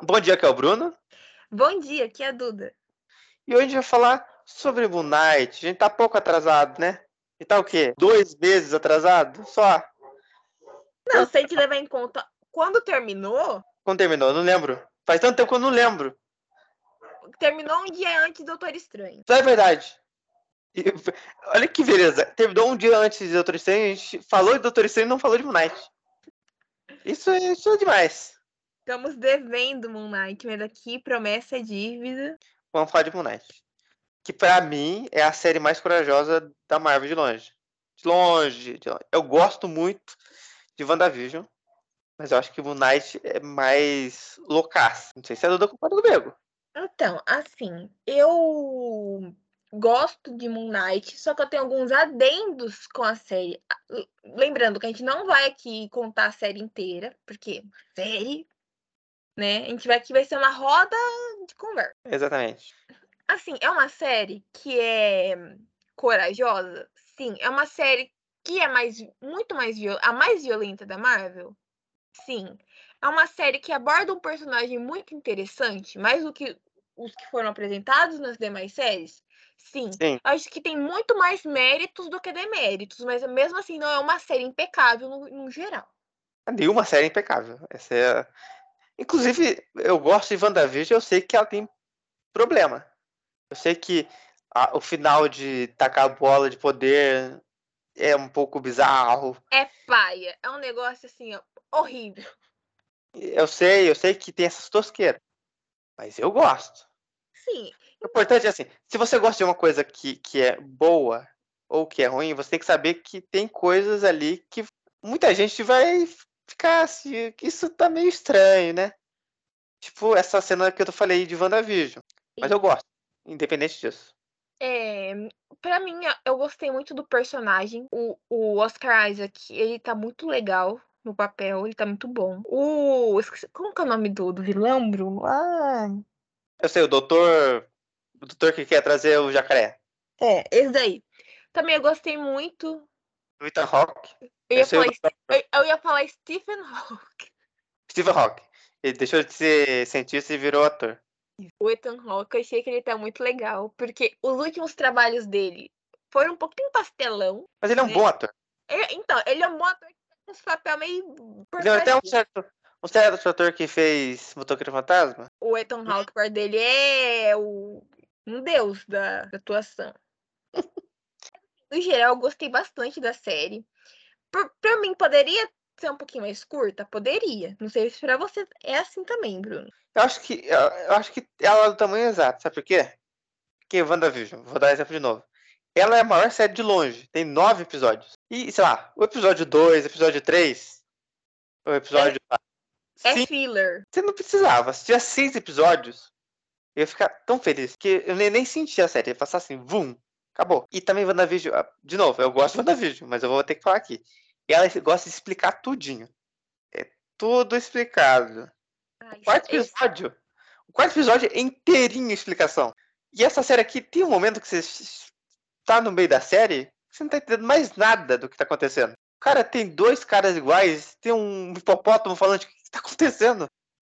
Bom dia, aqui é o Bruno. Bom dia, aqui é a Duda. E hoje a gente vai falar sobre Moon Knight. A gente tá pouco atrasado, né? E tá o quê? 2 meses atrasado? Só. Não, se a gente levar em conta quando terminou Quando terminou? Não lembro. Faz tanto tempo que eu não lembro. um dia antes do Doutor Estranho. Isso é verdade. E, olha que beleza. Terminou um dia antes de Doutor Estranho. A gente falou de Doutor Estranho e não falou de Moon Knight. Isso é demais. Estamos devendo Moon Knight, mas aqui promessa é dívida. Vamos falar de Moon Knight. Que pra mim é a série mais corajosa da Marvel de longe. De longe, de longe. Eu gosto muito de WandaVision. Mas eu acho que o Moon Knight é mais loucaço. Não sei se a Duda concorda comigo. Então, assim, eu gosto de Moon Knight, só que eu tenho alguns adendos com a série. Lembrando que a gente não vai aqui contar a série inteira, porque série, né? A gente vai aqui, vai ser uma roda de conversa. Exatamente. Assim, é uma série que é corajosa? Sim. É uma série que é muito mais a mais violenta da Marvel? Sim. É uma série que aborda um personagem muito interessante, mais do que os que foram apresentados nas demais séries? Sim. Sim. Acho que tem muito mais méritos do que deméritos, mas mesmo assim não é uma série impecável no geral. Nenhuma série é impecável. Essa é... Inclusive, eu gosto de WandaVision, eu sei que ela tem problema. Eu sei que o final de tacar a bola de poder é um pouco bizarro. É paia. É um negócio assim, ó, horrível. Eu sei que tem essas tosqueiras. Mas eu gosto. Sim. O importante é assim, se você gosta de uma coisa que é boa ou que é ruim, você tem que saber que tem coisas ali que muita gente vai ficar assim, que isso tá meio estranho, né? Tipo essa cena que eu falei de WandaVision. Mas eu gosto, independente disso. Pra mim, eu gostei muito do personagem. O Oscar Isaac, ele tá muito legal no papel, ele tá muito bom. Como que é o nome do vilão, Bruno? Eu sei, o doutor que quer trazer o jacaré. Esse daí. Também eu gostei muito. O Ethan Hawke. Eu Eu ia sei o falar, doutor eu ia falar Stephen Hawking. Stephen Hawke. Ele deixou de ser cientista e virou ator. O Ethan Hawke, eu achei que ele tá muito legal, porque os últimos trabalhos dele foram um pouquinho pastelão, Mas ele é um né? bom ator. Então, ele é um bom ator que faz esse papel meio Ele é até um porcaria. certo ator que fez Motoqueiro Fantasma. O Ethan Hawke, perto dele, é um deus da atuação. No geral, eu gostei bastante da série. Pra mim, poderia ser um pouquinho mais curta? Poderia. Não sei se pra você é assim também, Bruno. Eu acho que ela é do tamanho exato, sabe por quê? Porque WandaVision, vou dar exemplo de novo. Ela é a maior série de longe, tem 9 episódios. E, sei lá, o episódio 2, episódio 3, o episódio É 5, filler. você não precisava. Se tivesse 6 episódios, eu ia ficar tão feliz que eu nem senti a série. Ia passar assim, vum, acabou. E também WandaVision, de novo, eu gosto de WandaVision, mas eu vou ter que falar aqui. Ela gosta de explicar tudinho. É tudo explicado. O Ah, quarto episódio, o quarto episódio é inteirinho explicação. E essa série aqui tem um momento que você tá no meio da série, você não tá entendendo mais nada do que tá acontecendo. Cara, tem dois caras iguais, tem um hipopótamo falando de o que tá acontecendo.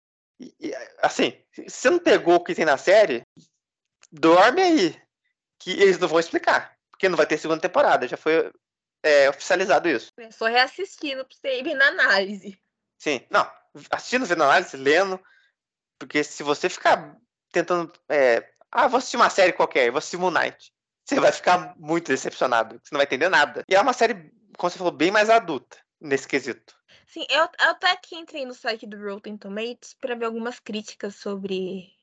Assim, se você não pegou o que tem na série, dorme aí. Que eles não vão explicar. Porque não vai ter segunda temporada, já foi oficializado isso. É só reassistindo pra você ir na análise. Sim, não, assistindo, vendo análise, lendo, porque se você ficar tentando. Vou assistir uma série qualquer, vou assistir Moon Knight. Você vai ficar muito decepcionado. Você não vai entender nada. E é uma série, como você falou, bem mais adulta nesse quesito. Sim, eu até aqui entrei no site do Rotten Tomatoes pra ver algumas críticas sobre.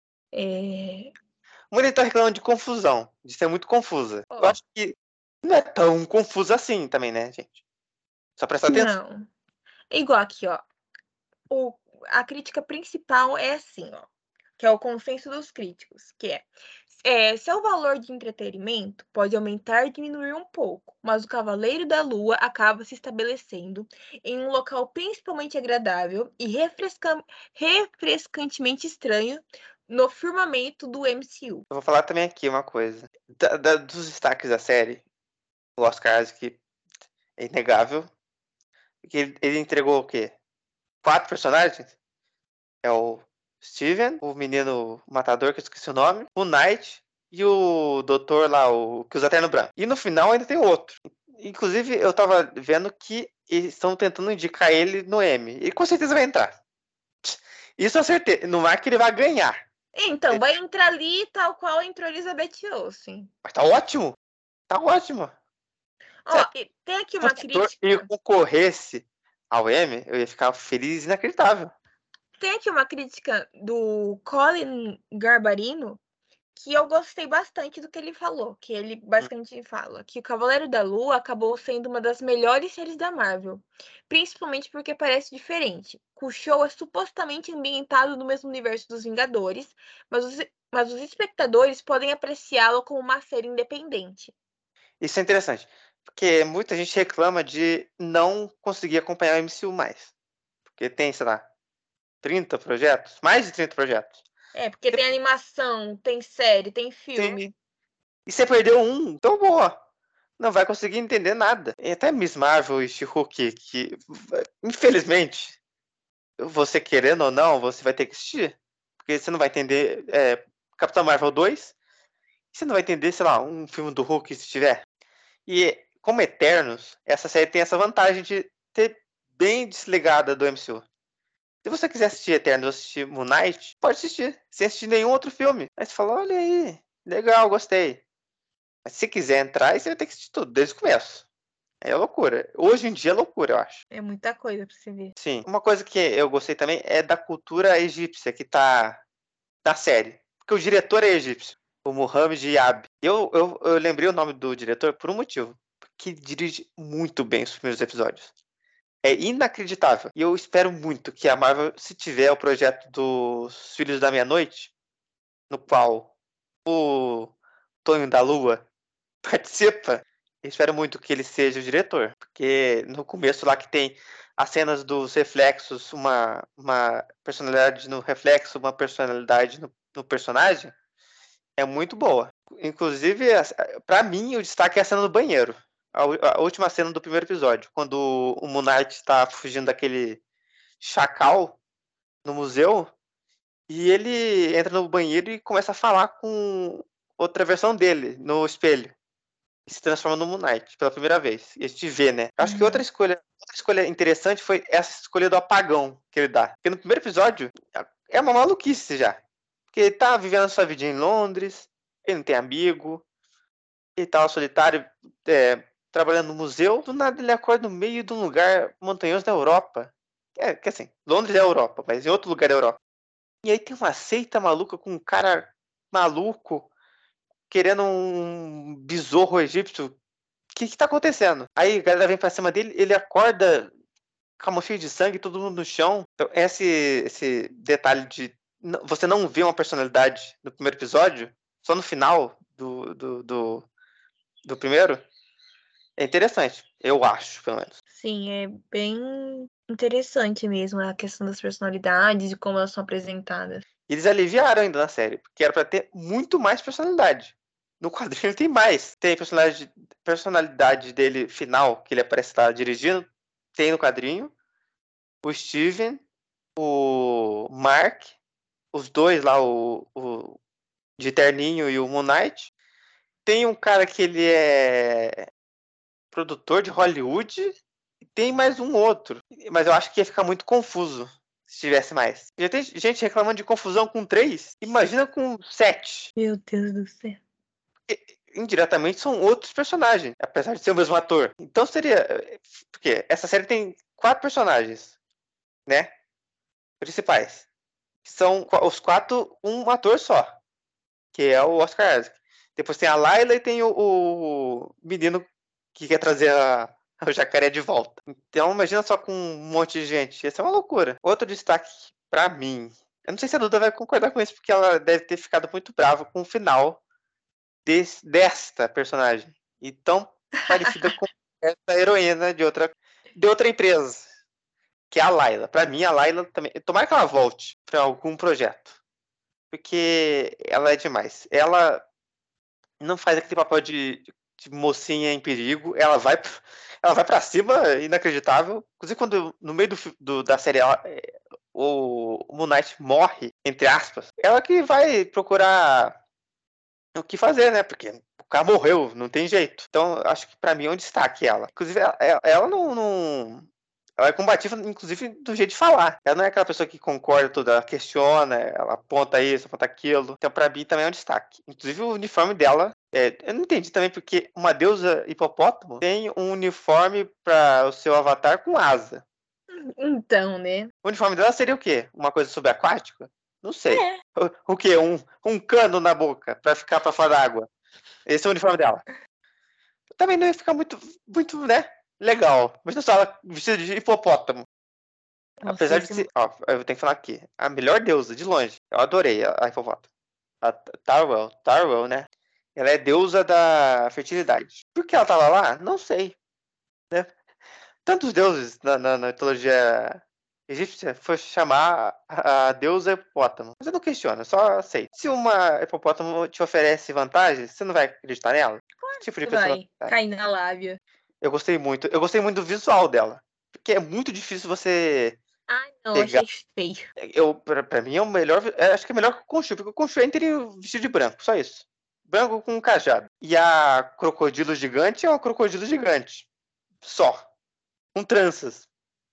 Muita gente tá reclamando de confusão, de ser muito confusa. Eu Ó, acho que não é tão confusa assim também, né, gente? Só prestar atenção. não. É igual aqui, ó. A crítica principal é assim, ó. Que é o consenso dos críticos, que seu valor de entretenimento pode aumentar e diminuir um pouco, mas o Cavaleiro da Lua acaba se estabelecendo em um local principalmente agradável e refrescantemente estranho no firmamento do MCU. Eu vou falar também aqui uma coisa. Dos destaques da série, o Oscar Isaac é inegável. Porque ele entregou o quê? 4 personagens? É o Steven, o menino matador, que eu esqueci o nome, o Knight e o doutor lá, o que usa terno branco. E no final ainda tem outro. Inclusive, eu tava vendo que eles estão tentando indicar ele no M. E com certeza vai entrar. Isso eu acertei. Não é que ele vai ganhar. Então, vai entrar ali tal qual entrou Elizabeth Olsen. Mas tá ótimo. Tá ótimo. Ó, tem aqui uma crítica. Se eu concorresse ao M, eu ia ficar feliz e inacreditável. Tem aqui uma crítica do Colin Garbarino que eu gostei bastante do que ele falou, que ele basicamente fala que o Cavaleiro da Lua acabou sendo uma das melhores séries da Marvel, principalmente porque parece diferente. O show é supostamente ambientado no mesmo universo dos Vingadores, mas os espectadores podem apreciá-lo como uma série independente. Isso é interessante, porque muita gente reclama de não conseguir acompanhar o MCU mais. Porque tem, sei lá, 30 projetos, mais de 30 projetos. É, porque tem animação, tem série, tem Sim. filme. E você perdeu um, tão boa. Não vai conseguir entender nada. E até Miss Marvel e She-Hulk, que infelizmente, você querendo ou não, você vai ter que assistir. Porque você não vai entender Capitão Marvel 2, você não vai entender, sei lá, um filme do Hulk se tiver. E como Eternos, essa série tem essa vantagem de ter bem desligada do MCU. Se você quiser assistir Eternos ou assistir Moon Knight, pode assistir, sem assistir nenhum outro filme. Aí você fala, olha aí, legal, gostei. Mas se quiser entrar, aí você vai ter que assistir tudo, desde o começo. É loucura. Hoje em dia é loucura, eu acho. É muita coisa pra você ver. Sim. Uma coisa que eu gostei também é da cultura egípcia que tá na série. Porque o diretor é egípcio, o Mohamed Yab. Eu lembrei o nome do diretor por um motivo. Porque ele dirige muito bem os primeiros episódios. É inacreditável. E eu espero muito que a Marvel, se tiver o projeto dos Filhos da Meia-Noite, no qual o Tonho da Lua participa, eu espero muito que ele seja o diretor. Porque no começo lá que tem as cenas dos reflexos, uma personalidade no reflexo, uma personalidade no personagem, é muito boa. Inclusive, pra mim, o destaque é a cena do banheiro. A última cena do primeiro episódio, quando o Moon Knight está fugindo daquele chacal no museu, e ele entra no banheiro e começa a falar com outra versão dele no espelho. E se transforma no Moon Knight pela primeira vez. E a gente vê, né? Acho que outra escolha interessante foi essa escolha do apagão que ele dá. Porque no primeiro episódio é uma maluquice já. Porque ele tá vivendo a sua vida em Londres, ele não tem amigo, ele tá solitário, trabalhando no museu. Do nada ele acorda no meio de um lugar montanhoso da Europa. Que assim, Londres é a Europa, mas em outro lugar da Europa. E aí tem uma seita maluca com um cara maluco querendo um besouro egípcio. O que tá acontecendo? Aí a galera vem pra cima dele, ele acorda com a mão cheia de sangue, todo mundo no chão. Então, esse detalhe de você não vê uma personalidade no primeiro episódio, só no final do primeiro, é interessante. Eu acho, pelo menos. Sim, é bem interessante mesmo a questão das personalidades e como elas são apresentadas. Eles aliviaram ainda na série, porque era pra ter muito mais personalidade. No quadrinho tem mais. Tem personalidade dele final, que ele aparece estar dirigindo, tem no quadrinho. O Steven, o Mark, os dois lá, o de terninho e o Moon Knight. Tem um cara que ele é produtor de Hollywood e tem mais um outro. Mas eu acho que ia ficar muito confuso se tivesse mais. Já tem gente reclamando de confusão com 3. Imagina com 7. Meu Deus do céu. Indiretamente são outros personagens, apesar de ser o mesmo ator. Então seria. Porque essa série tem 4 personagens, né? Principais. São os 4 um ator só, que é o Oscar Isaac. Depois tem a Layla e tem o menino que quer trazer o jacaré de volta. Então imagina só com um monte de gente. Isso é uma loucura. Outro destaque pra mim. Eu não sei se a Duda vai concordar com isso, porque ela deve ter ficado muito brava com o final desta personagem. E tão parecida com essa heroína de outra empresa, que é a Layla. Pra mim, a Layla também. Tomara que ela volte pra algum projeto. Porque ela é demais. Ela não faz aquele papel de mocinha em perigo. Ela vai pra cima, inacreditável. Inclusive, quando no meio da série o Moon Knight morre, entre aspas, ela que vai procurar o que fazer, né? Porque o cara morreu, não tem jeito. Então, acho que pra mim é um destaque ela. Inclusive, ela não. Ela é combativa, inclusive, do jeito de falar. Ela não é aquela pessoa que concorda tudo, ela questiona, ela aponta isso, aponta aquilo. Então, pra mim, também é um destaque. Inclusive, o uniforme dela. Eu não entendi também porque uma deusa hipopótamo tem um uniforme para o seu avatar com asa. Então, né? O uniforme dela seria o quê? Uma coisa subaquática? Não sei. É. O quê? Um cano na boca pra ficar pra fora da água. Esse é o uniforme dela. Também não ia ficar muito, né? Legal. Mas não só ela vestida de hipopótamo. Nossa, Apesar de ser. Ó, eu tenho que falar aqui. A melhor deusa, de longe. Eu adorei a hipopótamo. A Tarwell, né? Ela é deusa da fertilidade. Por que ela tava lá? Não sei. Né? Tantos deuses na mitologia egípcia foi chamar a deusa hipopótamo. Mas eu não questiono, eu só aceito. Se uma hipopótamo te oferece vantagens, você não vai acreditar nela? Que tipo de você pessoa vai é? cair na lábia. Eu gostei muito. Eu gostei muito do visual dela. Porque é muito difícil você Ai, não, pegar. achei feio. Pra mim é o melhor. Acho que é melhor que o Khonshu, porque o Khonshu é inteirinho vestido de branco, só isso. Branco com um cajado. E a crocodilo gigante é uma crocodilo gigante. Só. Com tranças.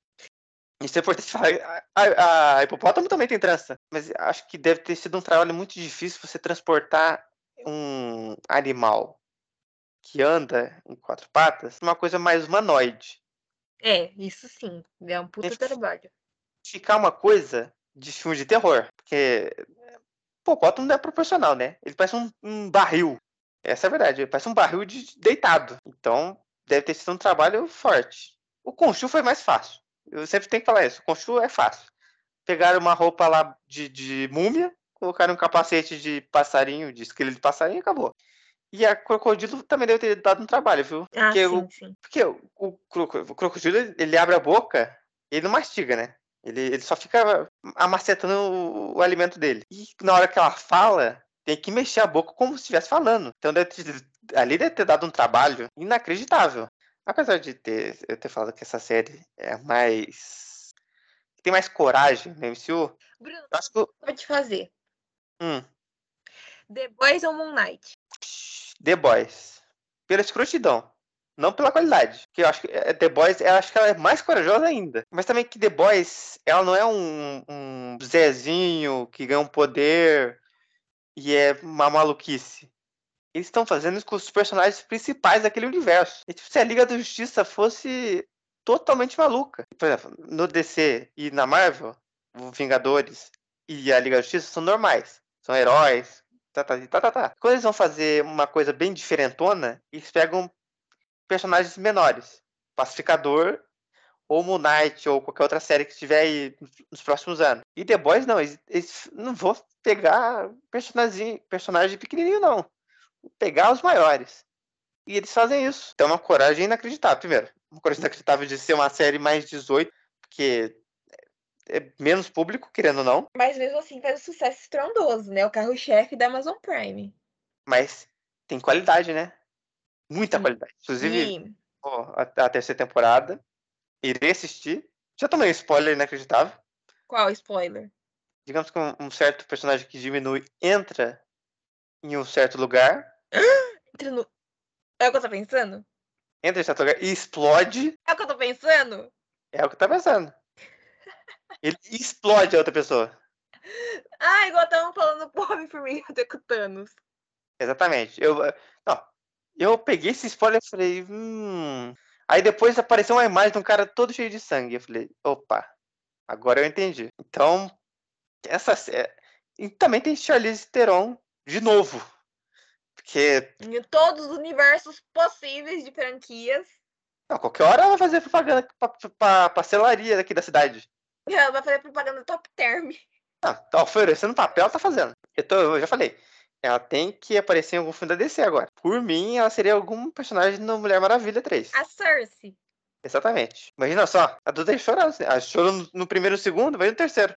Isso é importante falar. A hipopótamo também tem trança. Mas acho que deve ter sido um trabalho muito difícil você transportar um animal que anda em quatro patas uma coisa mais humanoide. É, isso sim. É um Tem puta que trabalho. ficar uma coisa de filme de terror. Porque hipopótamo não é proporcional, né? Ele parece um barril. Essa é a verdade. Ele parece um barril deitado. Então, deve ter sido um trabalho forte. O Khonshu foi mais fácil. Eu sempre tenho que falar isso. O Khonshu é fácil. Pegaram uma roupa lá de múmia, colocaram um capacete de passarinho, de esquilo de passarinho e acabou. E a crocodilo também deve ter dado um trabalho, viu? Ah, sim, sim. Porque o crocodilo, ele abre a boca e ele não mastiga, né? Ele só fica amacetando o alimento dele. E na hora que ela fala, tem que mexer a boca como se estivesse falando. Então ali deve ter dado um trabalho inacreditável. Apesar de eu ter falado que essa série é mais. Tem mais coragem no MCU, eu Bruno, acho que. pode fazer. Hum, The Boys ou Moon Knight? The Boys. Pela escrotidão. Não pela qualidade. Que eu acho que The Boys, eu acho que ela é mais corajosa ainda. Mas também que The Boys, ela não é um Zezinho que ganha um poder e é uma maluquice. Eles estão fazendo isso com os personagens principais daquele universo. E tipo, se a Liga da Justiça fosse totalmente maluca. Por exemplo, no DC e na Marvel, os Vingadores e a Liga da Justiça são normais. São heróis. Tá. Quando eles vão fazer uma coisa bem diferentona, eles pegam personagens menores. Pacificador, ou Moon Knight, ou qualquer outra série que estiver aí nos próximos anos. E The Boys, não. Eles não vão pegar personagem pequenininho, não. Vou pegar os maiores. E eles fazem isso. Então é uma coragem inacreditável. Primeiro, uma coragem inacreditável de ser uma série mais 18, porque é menos público, querendo ou não. Mas mesmo assim faz um sucesso estrondoso, né? O carro-chefe da Amazon Prime. Mas tem qualidade, né? Muita Sim. qualidade. Inclusive, E a terceira temporada. Irei assistir. Já tomei um spoiler inacreditável. qual spoiler? Digamos que um certo personagem que diminui entra em um certo lugar. Entra no... É o que eu tô pensando? Entra em certo lugar e explode. É o que eu tô pensando? É o que tá pensando. Ele explode a outra pessoa. Ah, igual estavam falando pro Homem-Formiga com o Thanos. Exatamente. Não, eu peguei esse spoiler e falei, Aí depois apareceu uma imagem de um cara todo cheio de sangue. Eu falei, opa, agora eu entendi. Então, e também tem Charlize Theron de novo. Porque Em todos os universos possíveis de franquias. não, qualquer hora ela vai fazer propaganda pra pastelaria daqui da cidade. Ela vai fazer propaganda top term. Tá oferecendo papel, ela tá fazendo. Eu já falei. Ela tem que aparecer em algum filme da DC agora. Por mim, ela seria algum personagem no Mulher Maravilha 3. A Cersei. Exatamente. Imagina só, a Duda chorando. Ela chorou no primeiro e no segundo, vai no terceiro.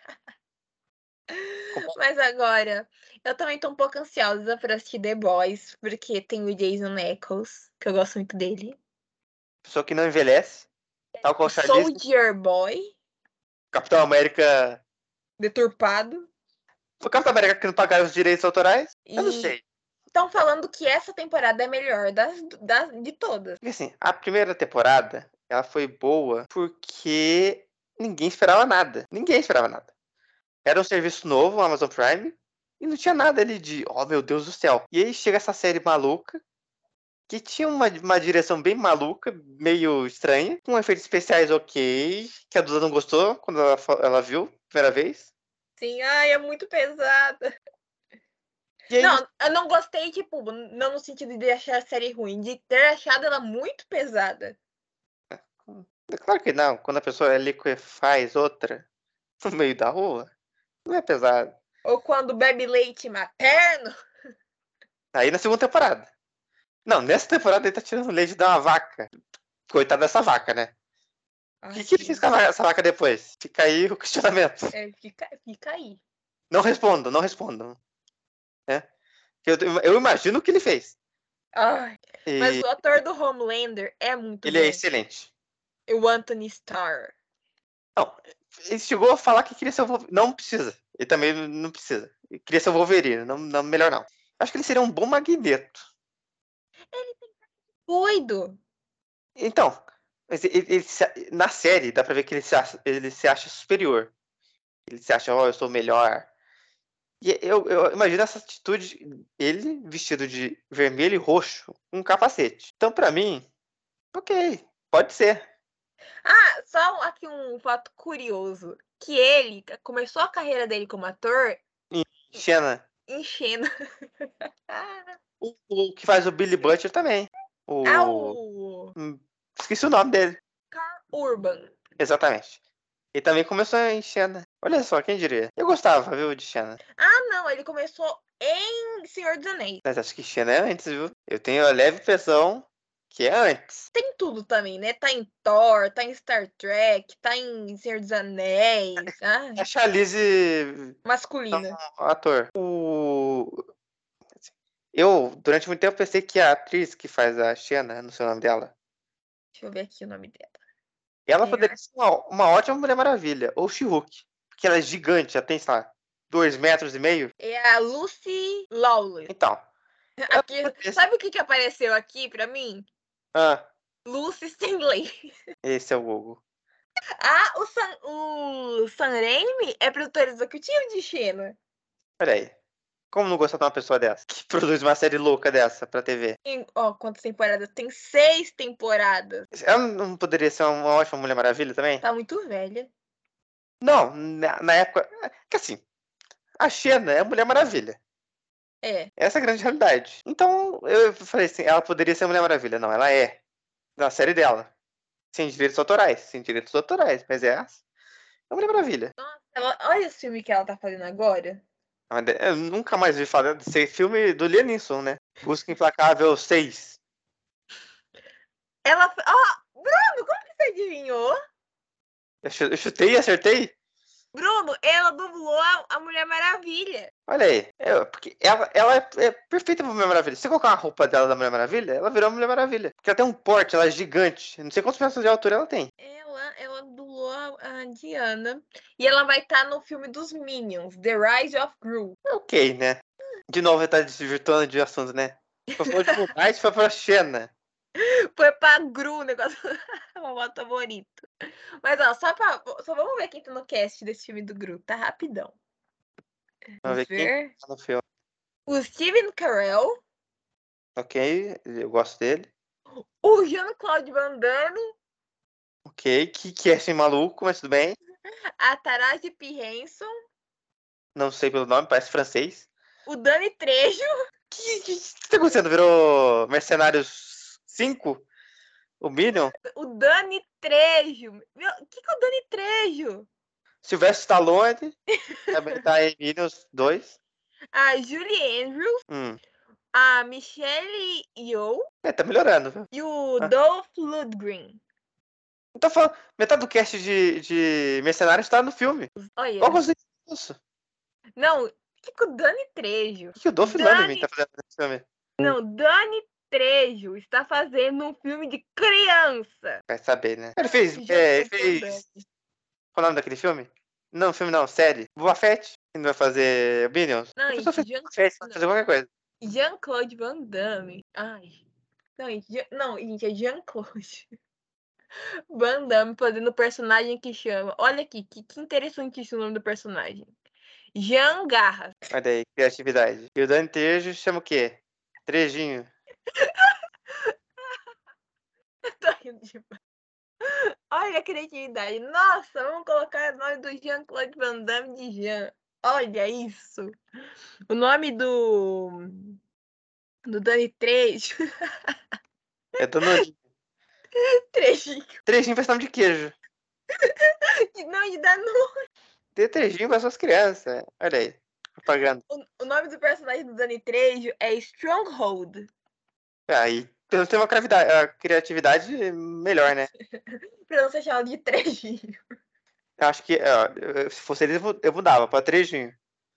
Mas agora, eu também tô um pouco ansiosa pra assistir The Boys, porque tem o Jason Ackles, que eu gosto muito dele. Pessoa que não envelhece, tal qual O Charlize. Soldier Boy. Capitão América. Deturpado. O Capitão América que não pagaram os direitos autorais? Eu não E sei. estão falando que essa temporada é a melhor de todas. Porque assim, a primeira temporada, ela foi boa porque ninguém esperava nada. Ninguém esperava nada. Era um serviço novo, o Amazon Prime, e não tinha nada ali de, oh meu Deus do céu. E aí chega essa série maluca, que tinha uma direção bem maluca, meio estranha, com efeitos especiais ok, que a Duda não gostou quando ela viu, primeira vez. Sim, ai, é muito pesada. E aí, Não, eu não gostei, tipo, não no sentido de achar a série ruim, de ter achado ela muito pesada. claro que não, quando a pessoa faz outra no meio da rua, não é pesado. Ou quando bebe leite materno. Aí na segunda temporada. Não, nessa temporada ele tá tirando leite de uma vaca. Coitada dessa vaca, né? O Ai, que ele fez com essa vaca depois? Fica aí o questionamento. fica aí. Não respondam, não respondam. Né? Eu imagino o que ele fez. Ai, mas E o ator do Homelander é muito ele é bom. excelente. O Anthony Starr. Não, ele chegou a falar que queria ser o Wolverine. Não precisa. Ele também não precisa. Ele queria ser o Wolverine. Não, não, melhor não. Acho que ele seria um bom Magneto. Doido. Então, mas na série dá pra ver que ele se acha superior. Ele se acha, ó, eu sou melhor. E eu imagino essa atitude, ele vestido de vermelho e roxo, com um capacete. Então, pra mim, ok, pode ser. Ah, só aqui um fato curioso. Que ele começou a carreira dele como ator E Xena, enchendo. o que faz o Billy Butcher também. É O. o Esqueci o nome dele. Carl Urban. Exatamente. Ele também começou em Xena. Olha só, quem diria? Eu gostava, viu, de Xena. Ah, não, ele começou em Senhor dos Anéis. Mas acho que Xena é antes, viu? Eu tenho a leve impressão que é antes. Tem tudo também, né? Tá em Thor, tá em Star Trek, tá em Senhor dos Anéis. Ah, A Charlize masculina. ator. Eu, durante muito tempo, pensei que a atriz que faz a Xena, não sei o nome dela, Deixa eu ver aqui o nome dela. ela É, poderia ser uma ótima Mulher Maravilha, ou She-Hulk, porque ela é gigante, já tem, sei lá, 2,5 metros. é a Lucy Lawless. Então, ela Aqui, poderia ser... sabe o que apareceu aqui pra mim? Ah, Lucy Stanley. esse é o Hugo. Ah, o Sam Raimi é produtor executivo de Xena. Peraí, como não gostar de uma pessoa dessa, que produz uma série louca dessa pra TV? Ó, quantas temporadas? Tem 6 temporadas. Ela não poderia ser uma ótima Mulher Maravilha também? Tá muito velha. Não, na época... Que assim, a Xena é a Mulher Maravilha. É. Essa é a grande realidade. Então, eu falei assim, ela poderia ser a Mulher Maravilha. Não, ela é. Na série dela. Sem direitos autorais. Sem direitos autorais. Mas é a Mulher Maravilha. Nossa, olha esse filme que ela tá fazendo agora. Eu nunca mais vi falar desse filme do Liam Neeson, né? Busca Implacável 6. Ela. Ó, Bruno, como que você adivinhou? Eu chutei e acertei? Bruno, ela dublou a Mulher Maravilha. Olha aí. Porque ela é perfeita pra Mulher Maravilha. Se você colocar uma roupa dela da Mulher Maravilha, ela virou a Mulher Maravilha. Porque ela tem um porte, ela é gigante. Não sei quantos metros de altura ela tem. Ela dublou a Diana. E ela vai estar no filme dos Minions, The Rise of Gru. Ok, né? De novo, ele tá desvirtuando de assunto, né? Foi falou de Moonlight, foi pra Xena. Foi pra Gru o negócio. Meu moto favorito. Mas ó, só vamos ver quem tá no cast desse filme do Gru, tá rapidão. Vamos ver Vamos quem ver. tá no filme. O Steven Carell, Ok, eu gosto dele. o Jean-Claude Van Damme, Ok, que é esse maluco, mas tudo bem. a Taraji P. Henson, Não sei pelo nome, parece francês. o Danny Trejo. Que tá acontecendo? Virou Mercenários 5? O Minion? O Danny Trejo. Meu, o que é o Danny Trejo? Sylvester Stallone. Também tá em Minions 2. A Julie Andrews, a Michelle Yeoh Tá melhorando, viu? e o Ah. Dolph Lundgren. Então, metade do cast de Mercenários tá no filme. Olha. Qual que é isso? Não, o que o Danny Trejo? O que o Dolph Lundgren tá fazendo nesse filme? Não, Danny Trejo está fazendo um filme de criança. Vai saber, né? Ele fez. Jean-Claude Van Fez. Damme. Qual é o nome daquele filme? Não, filme não, série. Boba Fett, que não vai fazer Minions. Não, A pessoa fez gente, Boba Fett, vai fazer qualquer coisa. Jean-Claude Van Damme. Ai. Não, gente, é Jean-Claude Van Damme fazendo o personagem que chama. Olha aqui, que interessantíssimo o nome do personagem. Jean Garra. Olha aí, criatividade. E o Dani Trejo chama o quê? Trejinho. Tô rindo demais. Olha a criatividade. Nossa, vamos colocar o nome do Jean-Claude Van Damme de Jean. Olha isso. O nome do Dani Trejo. É Danone. Trejinho. Trejinho faz nome de queijo. Não, de Danone. Tem trejinho para suas crianças. Olha aí, propaganda. O nome do personagem do Dani Trejo é Stronghold. Aí, pelo menos tem uma a criatividade melhor, né? Pra não ser chamado de Trejinho. Eu acho que, se fosse eles, eu mudava pra trejinho.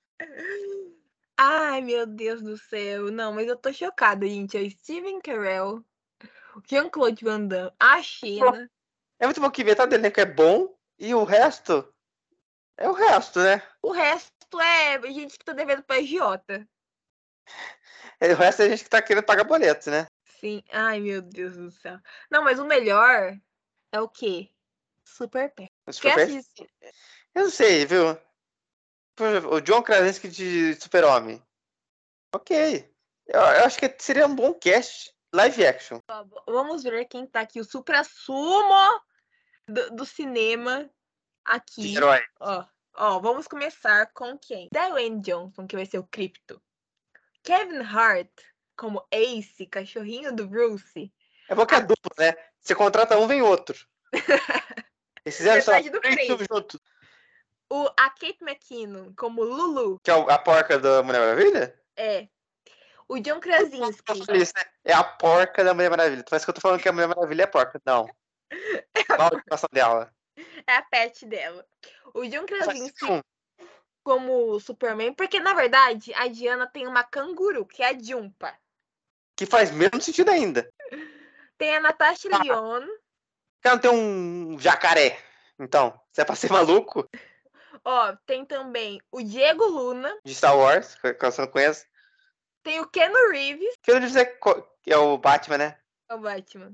Ai, meu Deus do céu. Não, mas eu tô chocada, gente. É o Steven Carell, o Jean-Claude Van Damme, a Xena. É muito bom que metade do elenco é bom e o resto é o resto, né? O resto é gente que tá devendo pra agiota. O resto é gente que tá querendo pagar boleto, né? Sim. Ai, meu Deus do céu. Não, mas o melhor é o quê? Super Pet. Super Pet? Eu não sei, viu? O John Krasinski de Super-Homem. Ok. Eu acho que seria um bom cast live action. Vamos ver quem tá aqui. O supra-sumo do cinema aqui. De herói. Ó, vamos começar com quem? Dwayne Johnson, que vai ser o Crypto. Kevin Hart, como Ace, cachorrinho do Bruce. É bom que é duplo, né? Você contrata um, vem outro. Eles fizeram só 3 filmes juntos. A Kate McKinnon, como Lulu. Que é a porca da Mulher Maravilha? É. O John Krasinski. Isso, né? É a porca da Mulher Maravilha. Parece que eu tô falando que a Mulher Maravilha é porca. Não. Qual a situação dela? É a pet dela. O John Krasinski como Superman, porque na verdade a Diana tem uma canguru, que é a Jumpa. Que faz menos sentido ainda. Tem a Natasha Lyonne. Ela não tem um jacaré. Então, se é pra ser maluco. Ó, tem também o Diego Luna. De Star Wars, que você não conhece. Tem o Keanu Reeves. Keanu Reeves é o Batman, né? É o Batman.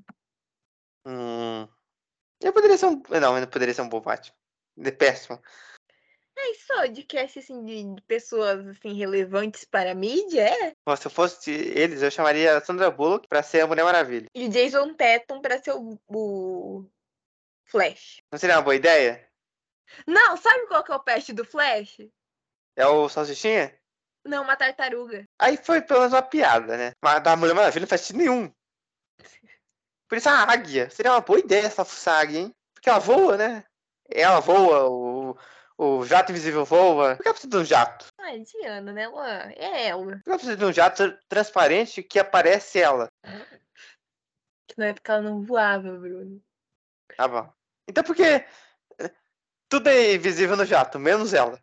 Ele poderia ser um... Não, ele não poderia ser um bom Batman. Ele é péssimo. É isso, de cast assim, de pessoas assim, relevantes para a mídia, é? Bom, se eu fosse eles, eu chamaria a Sandra Bullock pra ser a Mulher Maravilha. E Jason Tatum para ser o Flash. Não seria uma boa ideia? Não, sabe qual que é o pet do Flash? É o Salsichinha? Não, uma tartaruga. Aí foi pelo menos uma piada, né? Mas da Mulher Maravilha não faz sentido nenhum. Por isso a águia. Seria uma boa ideia essa águia, hein? Porque ela voa, né? Ela voa, o jato invisível voa. Por que ela precisa de um jato? Ah, é Diana, né? É ela. Por que ela precisa de um jato transparente que aparece ela? Que na época ela não voava, Bruno. Tá bom. Então por que tudo é invisível no jato, menos ela?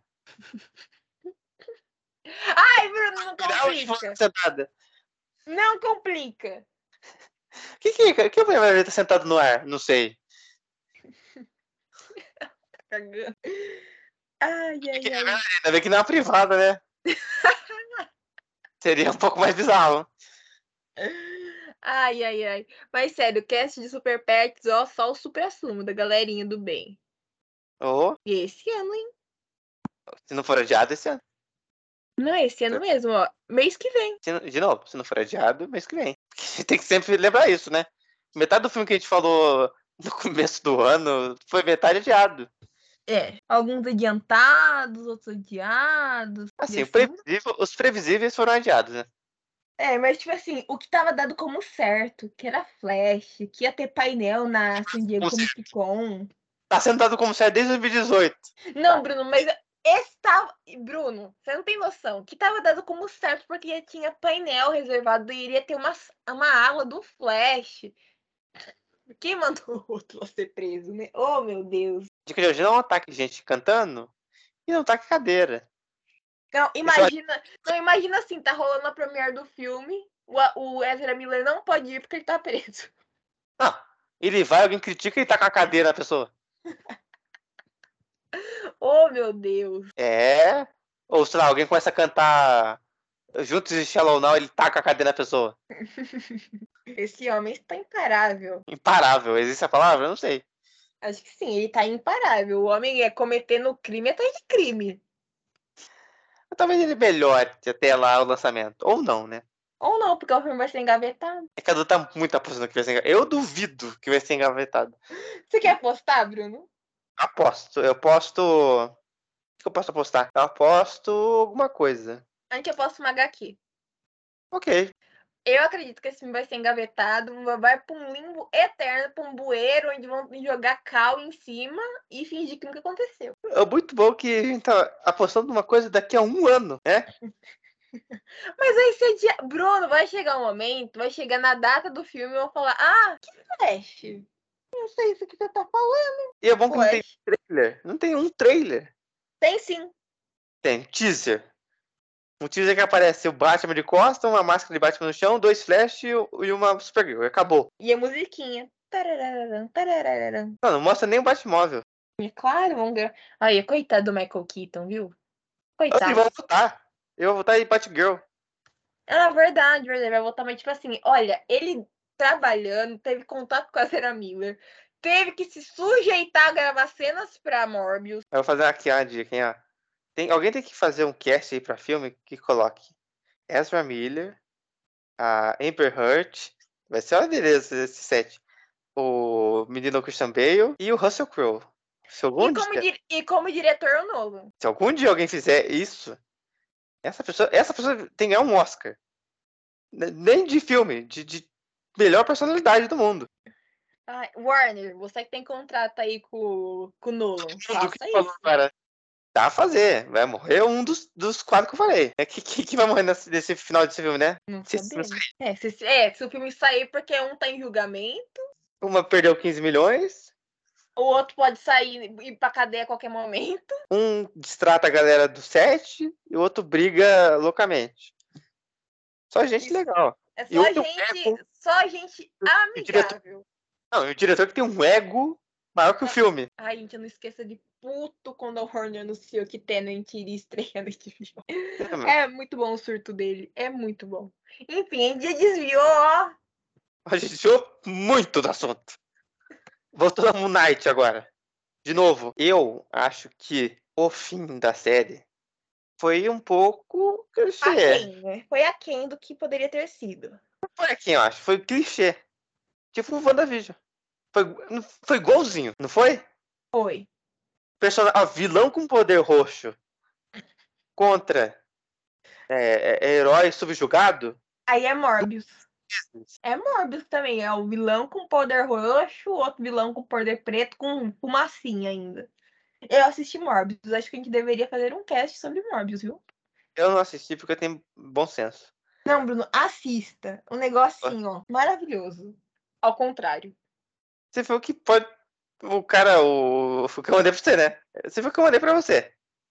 Ai, Bruno, não complica. Sentada. Não complica. Que a Mulher Maravilha tá sentada no ar? Não sei. Cagando. Ai. Ainda bem que não é uma privada, né? Seria um pouco mais bizarro. Ai. Mas sério, cast de Super Pets, ó, só o supra-sumo da galerinha do bem. Ou, E esse ano, hein? se não for adiado, esse ano. Não, esse ano mesmo, ó. Mês que vem. De novo, se não for adiado, mês que vem. Porque tem que sempre lembrar isso, né? Metade do filme que a gente falou no começo do ano foi metade adiado. É, alguns adiantados, outros adiados. Assim, Assim. os previsíveis foram adiados, né? É, mas tipo assim, o que tava dado como certo, que era Flash, que ia ter painel na San Diego Comic Con. Tá sendo dado como certo desde 2018. Não, Bruno, mas esse tava. Bruno, você não tem noção. Que tava dado como certo porque já tinha painel reservado e iria ter uma aula do Flash. Quem mandou o outro a ser preso, né? Oh, meu Deus. Dica de hoje não é um ataque de gente cantando e não ataque cadeira. Não, imagina assim, tá rolando a premiere do filme, o Ezra Miller não pode ir porque ele tá preso. Não, ele vai, alguém critica e tá com a cadeira na pessoa. Oh, meu Deus. É. Ou, sei lá, alguém começa a cantar Juntos e Shallow Now, ele taca a cadeira na pessoa. Esse homem está imparável. Imparável, existe a palavra? Eu não sei. Acho que sim, ele tá imparável. O homem é cometendo crime atrás de crime. Talvez ele melhore até lá o lançamento. Ou não, né? Ou não, porque o filme vai ser engavetado. É que a Cadu tá muito apostando que vai ser engavetado. Eu duvido que vai ser engavetado. Você quer apostar, Bruno? Aposto. Eu posto. O que eu posso apostar? Eu aposto alguma coisa. A gente aposta uma HQ. Ok. Eu acredito que esse filme vai ser engavetado, vai pra um limbo eterno, pra um bueiro, onde vão jogar cal em cima e fingir que nunca aconteceu. É muito bom que a gente tá apostando numa coisa daqui a 1 ano, né? Mas aí você dia... Bruno, vai chegar um momento, vai chegar na data do filme e vão falar: Ah, que Flash? Não sei isso que você tá falando. E é bom que não tem Flash. trailer. Não tem um trailer. Tem sim. Tem teaser. Um teaser que aparece o Batman de costas, uma máscara de Batman no chão, 2 Flash e uma Supergirl. Acabou. E a musiquinha. Tararararam, tararararam. Não mostra nem o Batmóvel. E claro, vamos ver. Aí, coitado do Michael Keaton, viu? Eles Coitado. vão votar. Eu vou votar em Batgirl. Ah, verdade, verdade. Vai voltar, mas tipo assim, olha, ele trabalhando, teve contato com a Sarah Miller, teve que se sujeitar a gravar cenas pra Morbius. Eu vou fazer aqui uma dica, hein, ó. Alguém tem que fazer um cast aí pra filme que coloque Ezra Miller, a Amber Heard, vai ser uma beleza esse set. O menino Christian Bale e o Russell Crowe. E como diretor o Nolan. Se algum dia alguém fizer isso, essa pessoa tem que ganhar um Oscar. Nem de filme, de melhor personalidade do mundo. Ai, Warner, você que tem contrato aí com o Nolan, Do que faça falou, isso. cara. Dá a fazer. Vai morrer um dos 4 que eu falei. Que vai morrer nesse final desse filme, né? Não Se sabemos. Se o filme sair porque um tá em julgamento, uma perdeu 15 milhões, o outro pode sair e ir pra cadeia a qualquer momento. um distrata a galera do set e o outro briga loucamente. Só gente Isso. legal. É E outro ego, só gente o diretor, amigável. não, o diretor que tem um ego maior que o filme. Ai, gente, eu não esqueça de puto quando a Warner anunciou que Tenet iria estrear nesse filme. É muito bom o surto dele. É muito bom. Enfim, a gente desviou, ó. A gente desviou muito do assunto. Voltando a Moon Knight agora. De novo, eu acho que o fim da série foi um pouco clichê. Aquém, né? Foi aquém do que poderia ter sido. Não foi aqui, eu acho. Foi clichê. Tipo o WandaVision. Foi igualzinho, não foi? Foi. Vilão com poder roxo contra herói subjugado. Aí é Morbius. É Morbius também. É o vilão com poder roxo, o outro vilão com poder preto, com fumacinha ainda. Eu assisti Morbius. Acho que a gente deveria fazer um cast sobre Morbius, viu? Eu não assisti porque eu tenho bom senso. Não, Bruno, assista. Um negocinho, ó. Maravilhoso. Ao contrário. Você viu que pode. O cara, o que eu mandei pra você, né? Você viu o que eu mandei pra você.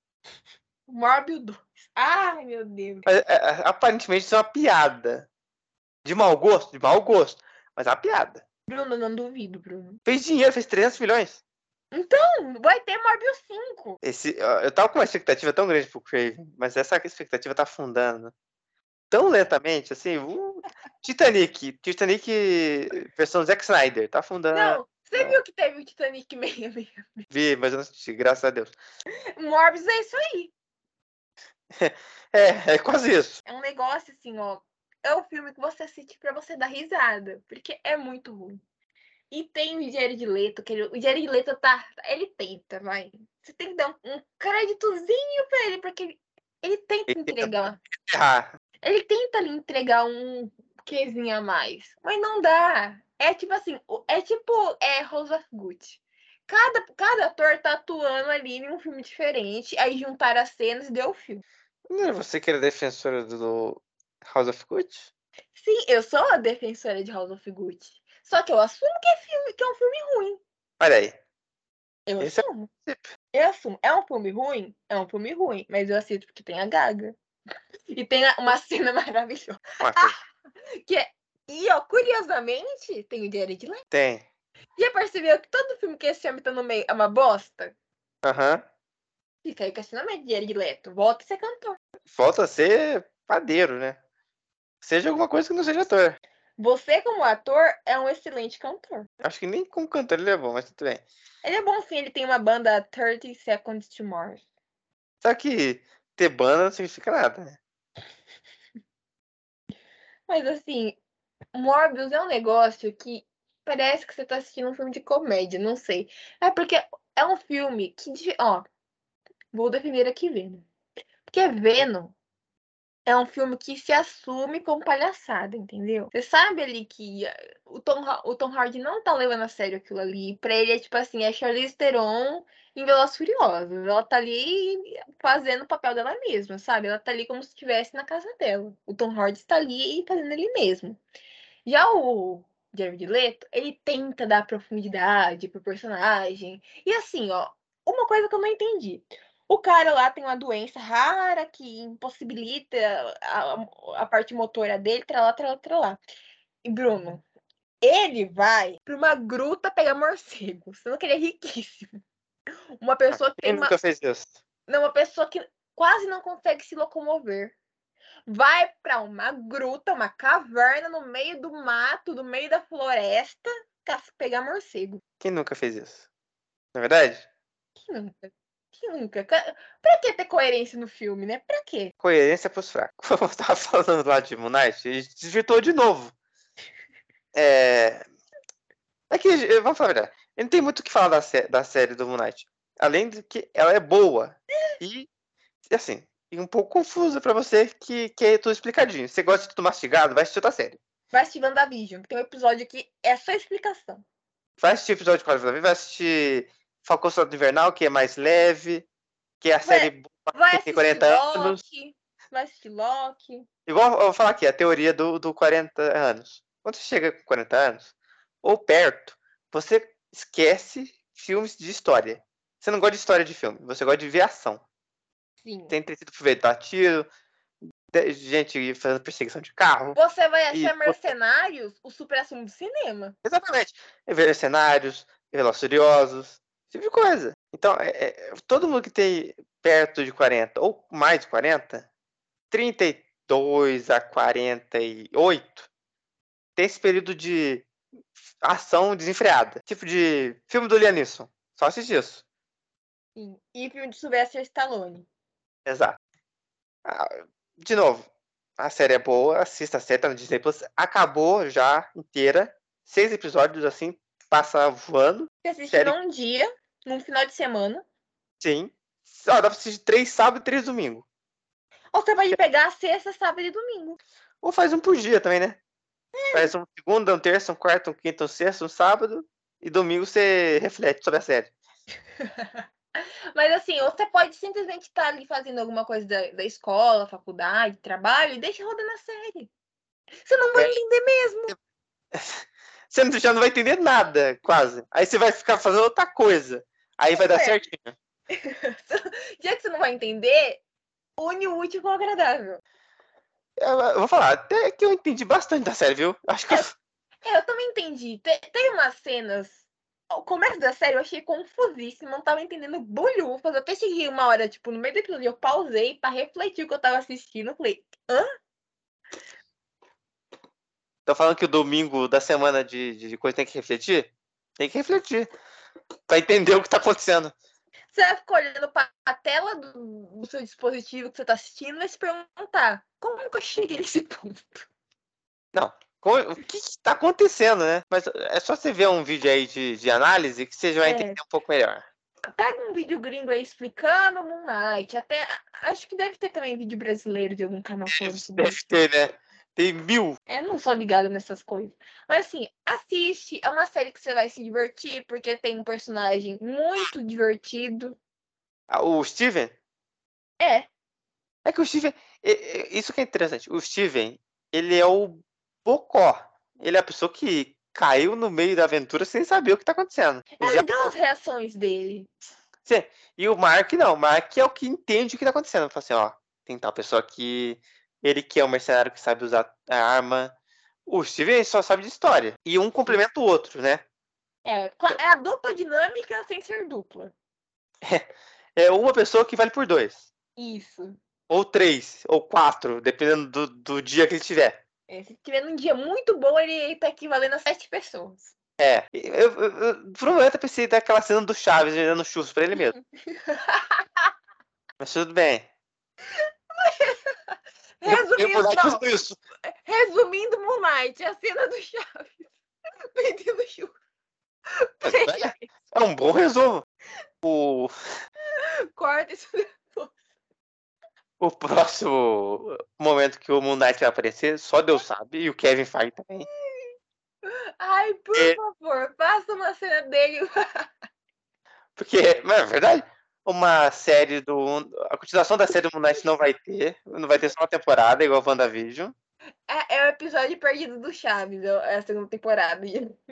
Morbius 2. Ai, meu Deus. Mas, aparentemente isso é uma piada. De mau gosto? De mau gosto. Mas é uma piada. Bruno, não duvido, Bruno. Fez dinheiro, fez 300 milhões. Então, vai ter Morbius 5. Eu tava com uma expectativa tão grande pro Craven, mas essa expectativa tá afundando tão lentamente, assim. Titanic versão Zack Snyder, tá afundando. Não, você viu que teve o Titanic 66? Vi, mas eu não assisti, graças a Deus. Morbius é isso aí. É quase isso. É um negócio assim, ó. É um filme que você assiste pra você dar risada, porque é muito ruim. E tem o Jared Leto, o Jared Leto ele tenta, vai. Você tem que dar um créditozinho pra ele, porque ele tenta entregar. Ele tenta lhe entregar um quezinho a mais, mas não dá. É tipo assim, House of Gucci. Cada ator tá atuando ali em um filme diferente, aí juntaram as cenas e deu o filme. Não era você que era defensora do House of Gucci? Sim, eu sou a defensora de House of Gucci. Só que eu assumo que é um filme ruim. Olha aí. Eu Esse assumo. é... Eu assumo. É um filme ruim? É um filme ruim. Mas eu assisto porque tem a Gaga. E tem uma cena maravilhosa. Que é... E, ó, curiosamente, tem o Jared Leto. Tem. Já percebeu que todo filme que esse homem tá no meio é uma bosta? Aham. Fica aí o questionamento de Jared Leto. Volta a ser cantor. Volta a ser padeiro, né? Seja alguma coisa que não seja ator. Você, como ator, é um excelente cantor. Acho que nem como cantor ele é bom, mas tudo bem. Ele é bom sim, ele tem uma banda 30 Seconds to Mars. Só que ter banda não significa nada, né? Mas assim, Morbius é um negócio que parece que você tá assistindo um filme de comédia, não sei. É porque é um filme que, ó, vou definir aqui Venom. Porque Venom é um filme que se assume como palhaçada, entendeu? Você sabe ali que o Tom Hardy não tá levando a sério aquilo ali. Pra ele é tipo assim, é Charlize Theron em Velozes e Furiosos. Ela tá ali fazendo o papel dela mesma, sabe? Ela tá ali como se estivesse na casa dela. O Tom Hardy está ali fazendo ele mesmo. Já o Jared Leto, ele tenta dar profundidade pro personagem. E assim, ó, uma coisa que eu não entendi. O cara lá tem uma doença rara que impossibilita a parte motora dele, tralá, tralá, tralá. E Bruno, ele vai pra uma gruta pegar morcego, sendo que ele é riquíssimo. Uma pessoa que Quem tem uma. nunca fez isso? Não, uma pessoa que quase não consegue se locomover. Vai para uma gruta, uma caverna no meio do mato, no meio da floresta, pegar morcego. Quem nunca fez isso? Na verdade, Que nunca? Que nunca? Pra que ter coerência no filme, né? Pra quê? coerência pros fracos. Como eu tava falando lá de Moon Knight, a gente desvirtuou de novo. É. É que, vamos falar a verdade, não tem muito o que falar da série do Moon Knight. Além de que ela é boa. E, assim, e um pouco confusa pra você que é tudo explicadinho. Você gosta de tudo mastigado, vai assistir outra série. Vai assistir WandaVision, que tem um episódio que é só explicação. Vai assistir episódio 4 da vida, vai assistir Falcão Soldado Invernal, que é mais leve, que é a Vai, série boa, vai que tem assistir 40 anos. Loki. Vai assistir Loki. Igual eu vou falar aqui, a teoria do 40 anos. Quando você chega com 40 anos, ou perto, você esquece filmes de história. Você não gosta de história de filme, você gosta de ver ação. Sim. Tem sido dar tiro, gente fazendo perseguição de carro. Você vai E, achar Mercenários o supra-sumo do cinema. exatamente. Ver cenários, Velozes e Furiosos, esse tipo de coisa. Então, todo mundo que tem perto de 40 ou mais de 40, 32 a 48, tem esse período de ação desenfreada. Tipo de filme do Liam Neeson. Só assiste isso. Sim. E filme de Sylvester Stallone. Exato. Ah, de novo, a série é boa, assista a série, tá no Disney Plus. Acabou já inteira. 6 episódios, assim, passa voando. Você assiste Série, num dia, num final de semana. sim. Dá pra assistir 3 sábado e 3 domingo. Ou você pode pegar sexta, sábado e domingo. Ou faz um por dia também, né? Faz um segunda, um terça, um quarto, um quinto, um sexto, um sábado. E domingo você reflete sobre a série. Mas assim, você pode simplesmente estar ali fazendo alguma coisa da escola, faculdade, trabalho, e deixa rodando a série. Você não vai É, entender mesmo. você já não vai entender nada, quase. Aí você vai ficar fazendo outra coisa. Aí vai dar É. certinho. Já que você não vai entender, une o útil com o agradável. Eu vou falar, até que eu entendi bastante da série, viu? Acho que Eu também entendi. Tem umas cenas. O começo da série eu achei confusíssimo, não tava entendendo bolhufas. Eu até cheguei uma hora, tipo, no meio do episódio, eu pausei pra refletir o que eu tava assistindo. Eu falei, hã? tô falando que o domingo da semana de coisa tem que refletir. Tem que refletir. Pra entender o que tá acontecendo. Você vai ficar olhando para a tela do seu dispositivo que você está assistindo e vai se perguntar: como que eu cheguei nesse ponto? Não. O que tá acontecendo, né? Mas é só você ver um vídeo aí de análise que você já vai entender um pouco melhor. Pega um vídeo gringo aí explicando Moon Knight. Até acho que deve ter também vídeo brasileiro de algum canal falando sobre Deve isso. ter, né? Tem 1000. Eu não sou ligada nessas coisas. Mas assim, assiste. É uma série que você vai se divertir, porque tem um personagem muito divertido. O Steven? É, É que o Steven. Isso que é interessante. O Steven, ele é o Bocó. Ele é a pessoa que caiu no meio da aventura sem saber o que tá acontecendo. é Já, legal as reações dele. sim, e o Mark não. O Mark é o que entende o que tá acontecendo. Fala assim, ó, tem tal pessoa aqui. Ele que é um mercenário que sabe usar a arma. O Steven só sabe de história. E um complementa o outro, né? É a dupla dinâmica sem ser dupla. é uma pessoa que vale por 2. Isso. Ou 3, ou 4, dependendo do dia que ele tiver. Se tiver num dia muito bom, ele tá equivalendo a 7 pessoas. Por um momento eu pensei daquela cena do Chaves vendendo churros pra ele mesmo. Mas tudo bem. Resumindo, Moon Knight, a cena do Chaves vendendo churros. É um bom resumo. Corta isso depois. O próximo momento que o Moon Knight vai aparecer, só Deus sabe, e o Kevin Feige também. Ai, por favor, faça uma cena dele. Porque, não é verdade? Uma série a continuação da série do Moon Knight não vai ter. Não vai ter só uma temporada, igual a WandaVision. É o episódio perdido do Chaves, é a segunda temporada.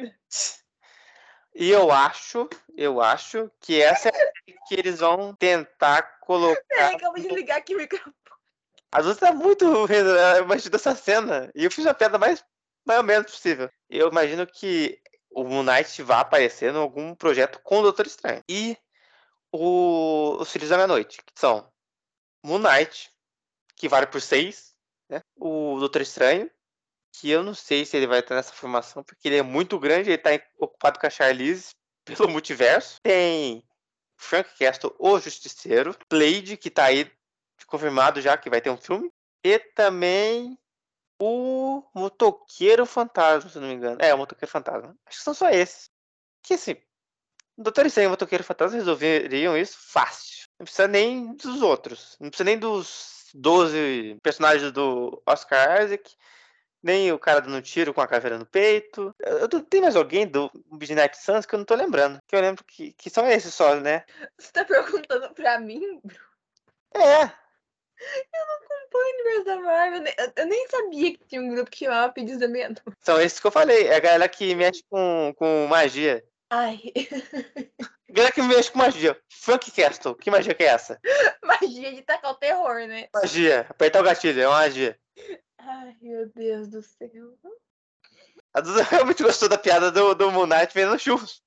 E eu acho que essa é a série que eles vão tentar colocar. Peraí, acabou de ligar aqui o microfone. A Luz tá muito imaginando essa cena. E eu fiz a piada mais ou menos possível. Eu imagino que o Moon Knight vai aparecer em algum projeto com o Doutor Estranho. E os Filhos da Meia-Noite, que são Moon Knight, que vale por 6, né? O Doutor Estranho, que eu não sei se ele vai estar nessa formação, porque ele é muito grande, ele tá ocupado com a Charlize pelo multiverso. Tem Frank Castle, o Justiceiro, Blade, que tá aí confirmado já que vai ter um filme, e também o Motoqueiro Fantasma, se não me engano. O Motoqueiro Fantasma. Acho que são só esses. Que assim, o Doutor Estranho e o Motoqueiro Fantasma resolveriam isso fácil. Não precisa nem dos outros. Não precisa nem dos 12 personagens do Oscar Isaac. Nem o cara dando tiro com a caveira no peito. Tem mais alguém do Midnight Suns que eu não tô lembrando. Que eu lembro que são esses só, né? Você tá perguntando pra mim? É. Eu não acompanho o universo da Marvel. Eu nem sabia que tinha um grupo que chamava Pedidos da Meia-Noite. São esses que eu falei. É a galera que mexe com magia. Ai. Galera que mexe com magia. Frank Castle. Que magia que é essa? Magia de tacar o terror, né? Magia. Apertar o gatilho. É uma magia. Ai, meu Deus do céu. A Duda realmente gostou da piada do Moon Knight vendendo churros.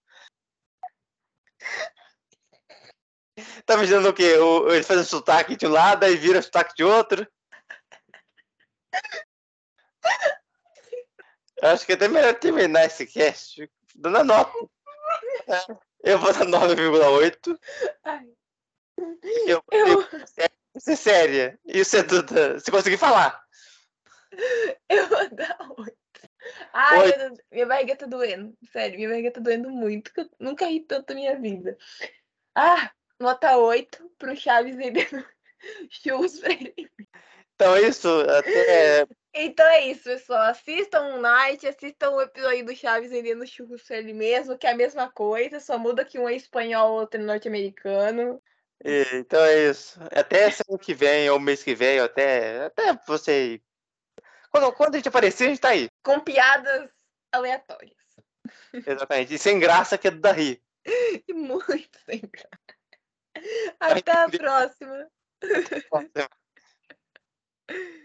Tá imaginando o quê? Ele faz um sotaque de um lado, aí vira sotaque de outro. Eu acho que é até melhor terminar esse cast dando a nota. Eu vou dar 9,8. Isso é séria. Isso é Duda. Você conseguiu falar. Eu vou dar 8. Ai, minha barriga tá doendo. Sério, minha barriga tá doendo muito. Eu nunca ri tanto na minha vida. Nota 8 pro Chaves vendendo churros pra ele. Então é isso. Então é isso, pessoal. Assistam um Night, assistam o episódio do Chaves vendendo churros pra ele mesmo, que é a mesma coisa, só muda que um é espanhol, outro é norte-americano. Então é isso. Até semana que vem, ou mês que vem, ou até você. Quando a gente aparecer, a gente tá aí. Com piadas aleatórias. Exatamente. E sem graça, que é do da rir. E muito sem graça. Até a próxima. Até a próxima.